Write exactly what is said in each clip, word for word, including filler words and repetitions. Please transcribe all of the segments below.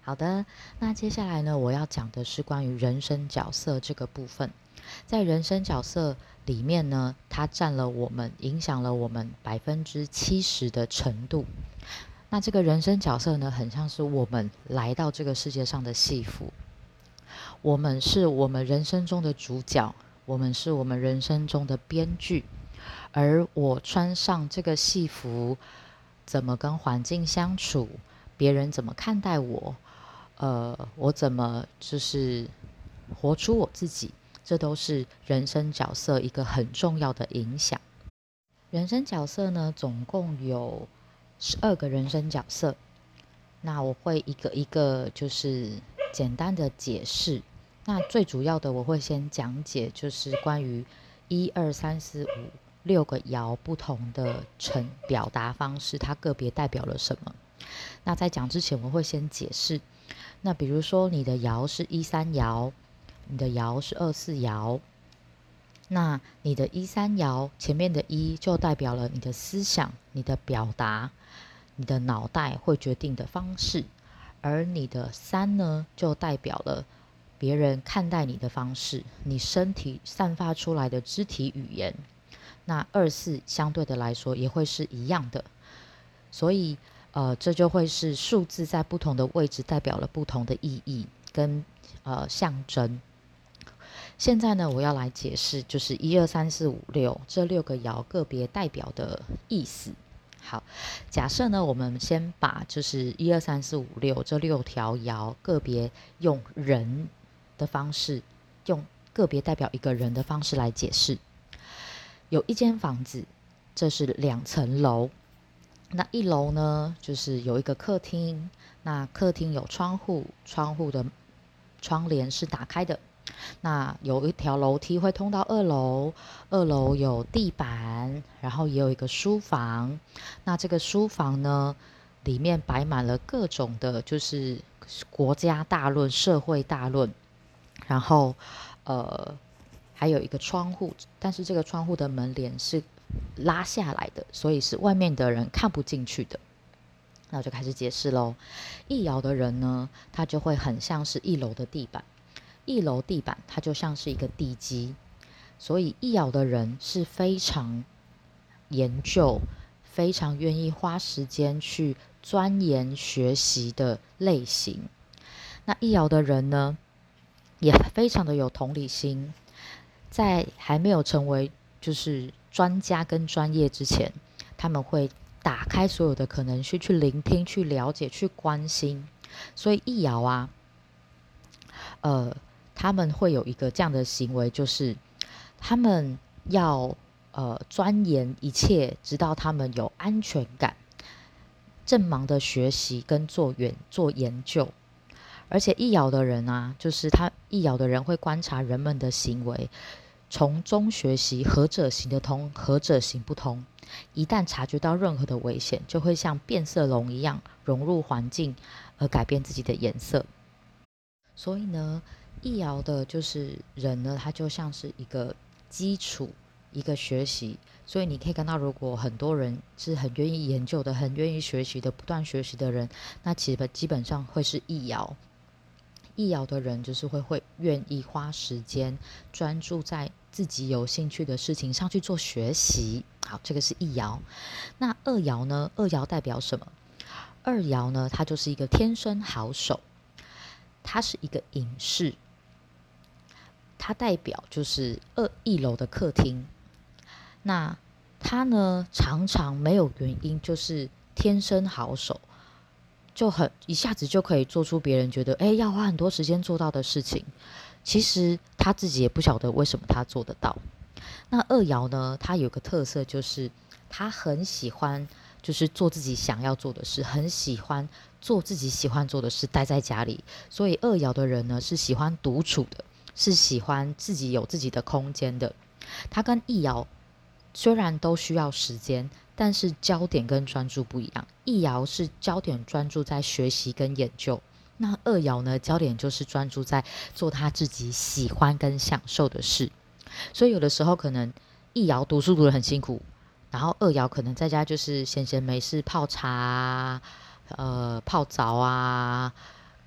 好的，那接下来呢，我要讲的是关于人生角色这个部分。在人生角色里面呢，它占了我们，影响了我们百分之七十的程度。那这个人生角色呢，很像是我们来到这个世界上的戏服，我们是我们人生中的主角，我们是我们人生中的编剧，而我穿上这个戏服，怎么跟环境相处，别人怎么看待我，呃，我怎么就是活出我自己，这都是人生角色一个很重要的影响。人生角色呢，总共有十二个人生角色。那我会一个一个就是简单的解释。那最主要的，我会先讲解，就是关于一二三四五六个爻不同的呈表达方式，它个别代表了什么。那在讲之前，我会先解释。那比如说，你的爻是一三爻，你的爻是二四爻。那你的一三爻前面的一就代表了你的思想、你的表达、你的脑袋会决定的方式，而你的三呢，就代表了别人看待你的方式，你身体散发出来的肢体语言。那二四相对的来说也会是一样的，所以呃，这就会是数字在不同的位置代表了不同的意义跟呃象征。现在呢，我要来解释，就是一二三四五六这六个爻个别代表的意思。好，假设呢，我们先把就是一二三四五六这六条爻个别用人的方式，用个别代表一个人的方式来解释。有一间房子，这是两层楼。那一楼呢，就是有一个客厅，那客厅有窗户，窗户的窗帘是打开的。那有一条楼梯会通到二楼，二楼有地板，然后也有一个书房。那这个书房呢，里面摆满了各种的，就是国家大论、社会大论，然后呃还有一个窗户，但是这个窗户的门帘是拉下来的，所以是外面的人看不进去的。那我就开始解释喽。一爻的人呢，他就会很像是一楼的地板。一楼地板它就像是一个地基，所以一爻的人是非常研究、非常愿意花时间去钻研学习的类型。那一爻的人呢，也非常的有同理心，在还没有成为就是专家跟专业之前，他们会打开所有的可能性去聆听、去了解、去关心。所以一爻啊，呃。他们会有一个这样的行为，就是他们要呃钻研一切，直到他们有安全感，正忙的学习跟做研做研究。而且易爻的人啊，就是他易爻的人会观察人们的行为，从中学习何者行得通，何者行不通。一旦察觉到任何的危险，就会像变色龙一样融入环境，而改变自己的颜色。所以呢，易爻的就是人呢，他就像是一个基础，一个学习。所以你可以看到，如果很多人是很愿意研究的，很愿意学习的，不断学习的人，那其实基本上会是易爻。易爻的人就是会会愿意花时间专注在自己有兴趣的事情上去做学习。好，这个是易爻。那二爻呢？二爻代表什么？二爻呢，它就是一个天生好手。它是一个隐士，它代表就是二一楼的客厅。那他呢，常常没有原因，就是天生好手，就很一下子就可以做出别人觉得哎要花很多时间做到的事情。其实他自己也不晓得为什么他做得到。那二爻呢，他有个特色，就是他很喜欢就是做自己想要做的事，很喜欢做自己喜欢做的事，待在家里。所以二爻的人呢，是喜欢独处的，是喜欢自己有自己的空间的。他跟一爻虽然都需要时间，但是焦点跟专注不一样。一爻是焦点专注在学习跟研究，那二爻呢，焦点就是专注在做他自己喜欢跟享受的事。所以有的时候可能一爻读书读得很辛苦，然后二爻可能在家就是闲闲没事泡茶啊，呃泡澡啊，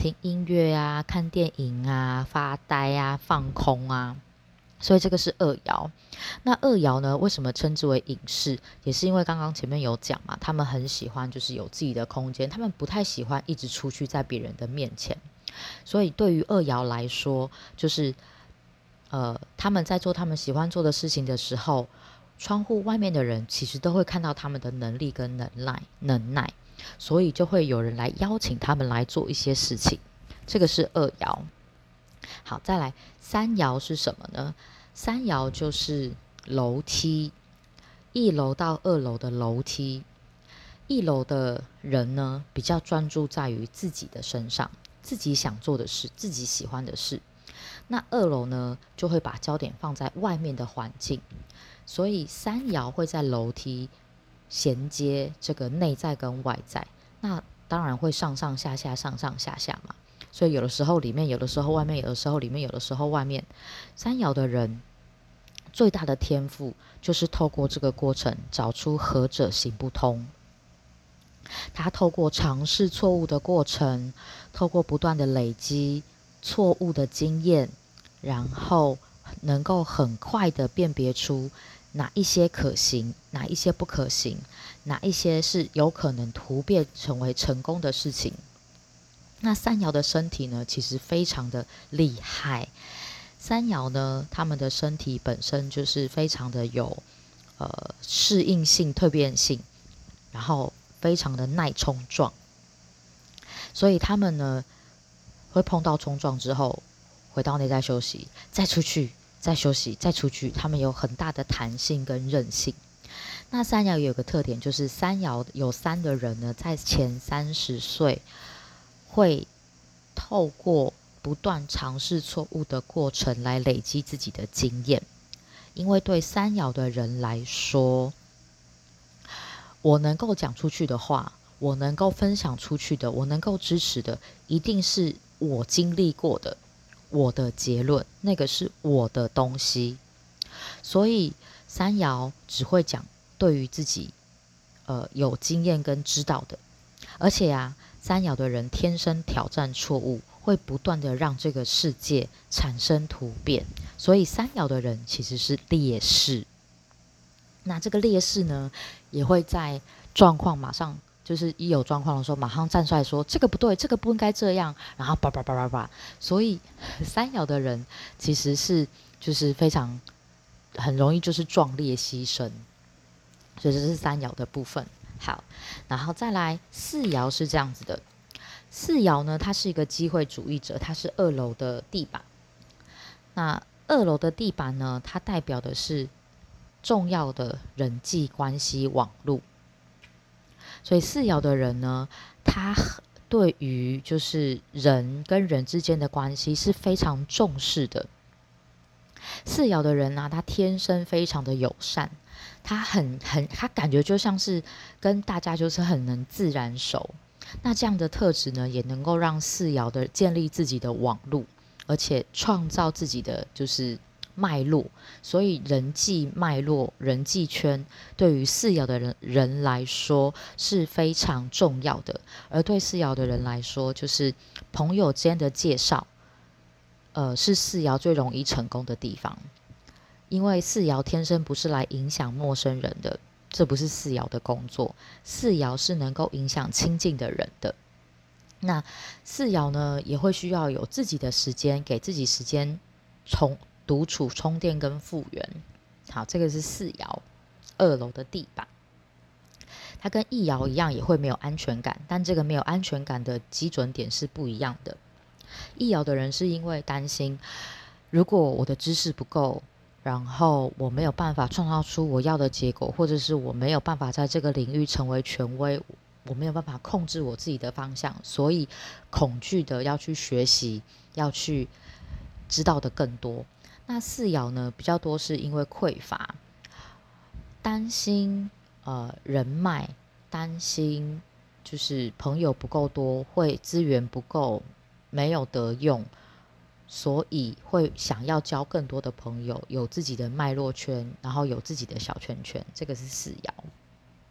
听音乐啊、看电影啊、发呆啊、放空啊，所以这个是二爻。那二爻呢，为什么称之为隐士？也是因为刚刚前面有讲嘛，他们很喜欢就是有自己的空间，他们不太喜欢一直出去在别人的面前。所以对于二爻来说，就是呃，他们在做他们喜欢做的事情的时候，窗户外面的人其实都会看到他们的能力跟能耐能耐，所以就会有人来邀请他们来做一些事情。这个是二爻。好，再来三爻是什么呢？三爻就是楼梯，一楼到二楼的楼梯。一楼的人呢，比较专注在于自己的身上，自己想做的事，自己喜欢的事。那二楼呢，就会把焦点放在外面的环境，所以三爻会在楼梯衔接这个内在跟外在，那当然会上上下下上上下下嘛，所以有的时候里面，有的时候外面，有的时候里面，有的时候外面。三爻的人最大的天赋就是透过这个过程找出何者行不通。他透过尝试错误的过程，透过不断的累积错误的经验，然后能够很快的辨别出哪一些可行，哪一些不可行，哪一些是有可能突变成为成功的事情。那三爻的身体呢，其实非常的厉害。三爻呢，他们的身体本身就是非常的有呃适应性、蜕变性，然后非常的耐冲撞，所以他们呢会碰到冲撞之后，回到内在休息，再出去，再休息，再出去。他们有很大的弹性跟韧性。那三爻有个特点，就是三爻有三的人呢，在前三十岁会透过不断尝试错误的过程来累积自己的经验。因为对三爻的人来说，我能够讲出去的话，我能够分享出去的，我能够支持的，一定是我经历过的，我的结论，那个是我的东西。所以三爻只会讲对于自己呃有经验跟知道的。而且啊，三爻的人天生挑战错误，会不断的让这个世界产生突变，所以三爻的人其实是烈士。那这个烈士呢，也会在状况马上就是一有状况的时候，马上站出来说这个不对，这个不应该这样，然后叭叭叭叭叭。所以三爻的人其实是就是非常很容易就是壮烈牺牲，所以这是三爻的部分。好，然后再来四爻是这样子的。四爻呢，它是一个机会主义者，它是二楼的地板。那二楼的地板呢，它代表的是重要的人际关系网路。所以四爻的人呢，他对于就是人跟人之间的关系是非常重视的。四爻的人呢、啊，他天生非常的友善，他很很他感觉就像是跟大家就是很能自然熟。那这样的特质呢，也能够让四爻的建立自己的网路，而且创造自己的就是脉络。所以人际脉络、人际圈对于四爻的人人来说是非常重要的。而对四爻的人来说，就是朋友间的介绍，呃，是四爻最容易成功的地方。因为四爻天生不是来影响陌生人的，这不是四爻的工作。四爻是能够影响亲近的人的。那四爻呢，也会需要有自己的时间，给自己时间充独处、充电跟复原。好，这个是四爻二楼的地板。它跟一爻一样，也会没有安全感，但这个没有安全感的基准点是不一样的。一爻的人是因为担心，如果我的知识不够，然后我没有办法创造出我要的结果，或者是我没有办法在这个领域成为权威，我没有办法控制我自己的方向，所以恐惧的要去学习，要去知道的更多。那四爻呢，比较多是因为匮乏，担心呃人脉，担心就是朋友不够多，会资源不够，没有得用，所以会想要交更多的朋友，有自己的脉络圈，然后有自己的小圈圈。这个是四爻。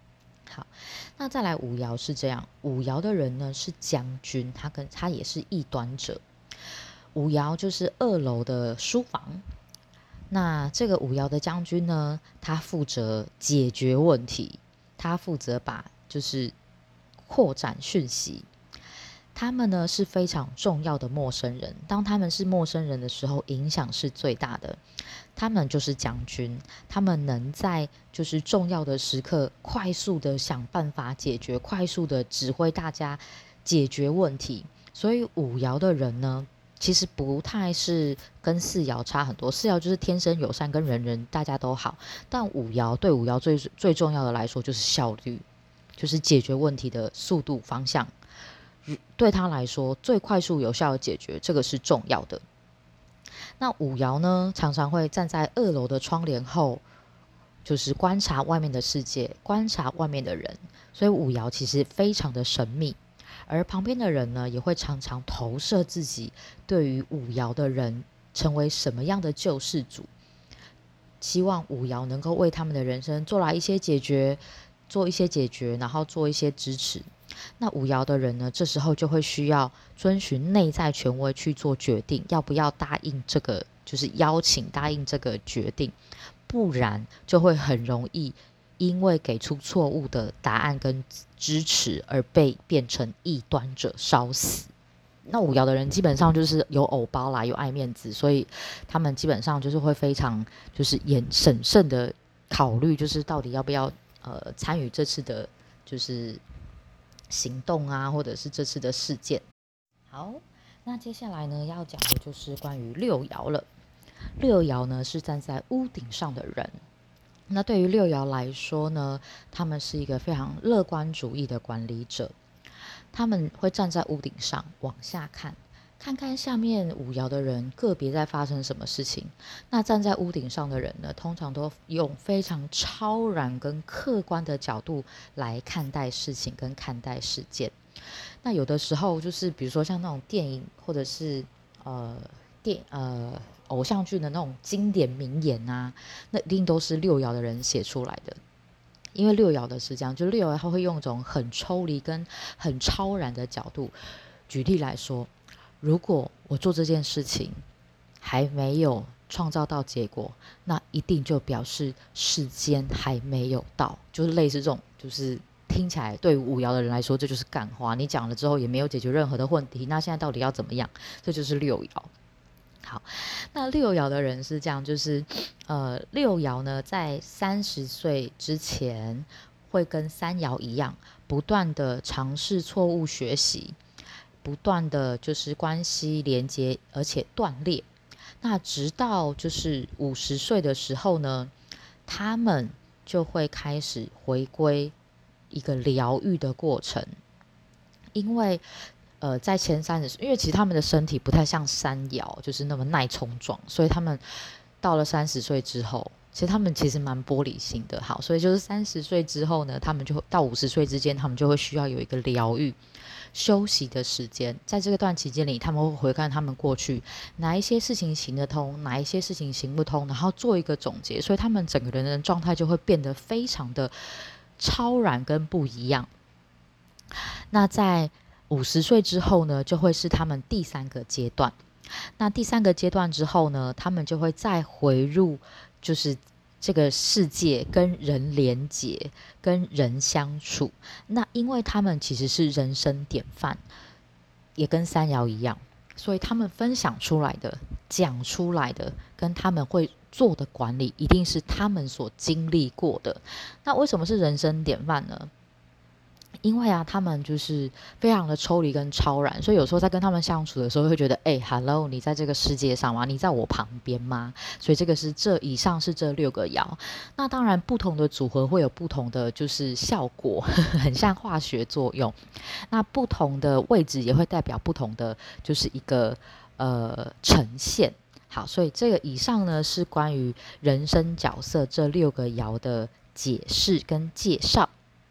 好，那再来五爻是这样，五爻的人呢是将军，他跟他也是异端者。五爻就是二楼的书房，那这个五爻的将军呢，他负责解决问题，他负责把就是扩展讯息。他们呢是非常重要的陌生人，当他们是陌生人的时候，影响是最大的。他们就是将军，他们能在就是重要的时刻快速的想办法解决，快速的指挥大家解决问题。所以五爻的人呢，其实不太是跟四爻差很多，四爻就是天生友善，跟人人大家都好，但五爻对五爻最最重要的来说就是效率，就是解决问题的速度方向，对他来说最快速有效的解决，这个是重要的。那五爻呢，常常会站在二楼的窗帘后，就是观察外面的世界，观察外面的人，所以五爻其实非常的神秘。而旁边的人呢，也会常常投射自己对于五爻的人成为什么样的救世主，希望五爻能够为他们的人生做来一些解决，做一些解决，然后做一些支持。那五爻的人呢，这时候就会需要遵循内在权威去做决定，要不要答应这个，就是邀请答应这个决定，不然就会很容易因为给出错误的答案跟支持而被变成异端者烧死。那五爻的人基本上就是有偶包啦，有爱面子，所以他们基本上就是会非常就是严审慎的考虑，就是到底要不要呃参与这次的就是行动啊，或者是这次的事件。好，那接下来呢要讲的就是关于六爻了。六爻呢是站在屋顶上的人，那对于六爻来说呢，他们是一个非常乐观主义的管理者，他们会站在屋顶上往下看，看看下面五爻的人个别在发生什么事情。那站在屋顶上的人呢，通常都用非常超然跟客观的角度来看待事情跟看待事件。那有的时候就是比如说像那种电影或者是呃电呃偶像剧的那种经典名言啊，那一定都是六爻的人写出来的。因为六爻的是这样，就六爻他会用一种很抽离跟很超然的角度。举例来说，如果我做这件事情还没有创造到结果，那一定就表示时间还没有到，就是类似这种，就是听起来对五爻的人来说这就是干话，你讲了之后也没有解决任何的问题，那现在到底要怎么样？这就是六爻。好，那六爻的人是这样，就是呃，六爻呢，在三十岁之前会跟三爻一样，不断的尝试错误学习，不断的就是关系连接，而且断裂。那直到就是五十岁的时候呢，他们就会开始回归一个疗愈的过程，因为呃，在前三十岁，因为其实他们的身体不太像山爻，就是那么耐冲撞，所以他们到了三十岁之后，其实他们其实蛮玻璃心的。好，所以就是三十岁之后呢，他们就到五十岁之间，他们就会需要有一个疗愈、休息的时间。在这个段期间里，他们会回看他们过去哪一些事情行得通，哪一些事情行不通，然后做一个总结，所以他们整个人的状态就会变得非常的超然跟不一样。那在五十岁之后呢，就会是他们第三个阶段。那第三个阶段之后呢，他们就会再回入就是这个世界，跟人连结，跟人相处。那因为他们其实是人生典范，也跟三爻一样，所以他们分享出来的、讲出来的，跟他们会做的管理，一定是他们所经历过的。那为什么是人生典范呢？因为啊，他们就是非常的抽离跟超然，所以有时候在跟他们相处的时候，会觉得，哎、欸、，hello， 你在这个世界上吗？你在我旁边吗？所以这个是这以上是这六个爻。那当然，不同的组合会有不同的就是效果，很像化学作用。那不同的位置也会代表不同的就是一个呃呈现。好，所以这个以上呢是关于人生角色这六个爻的解释跟介绍。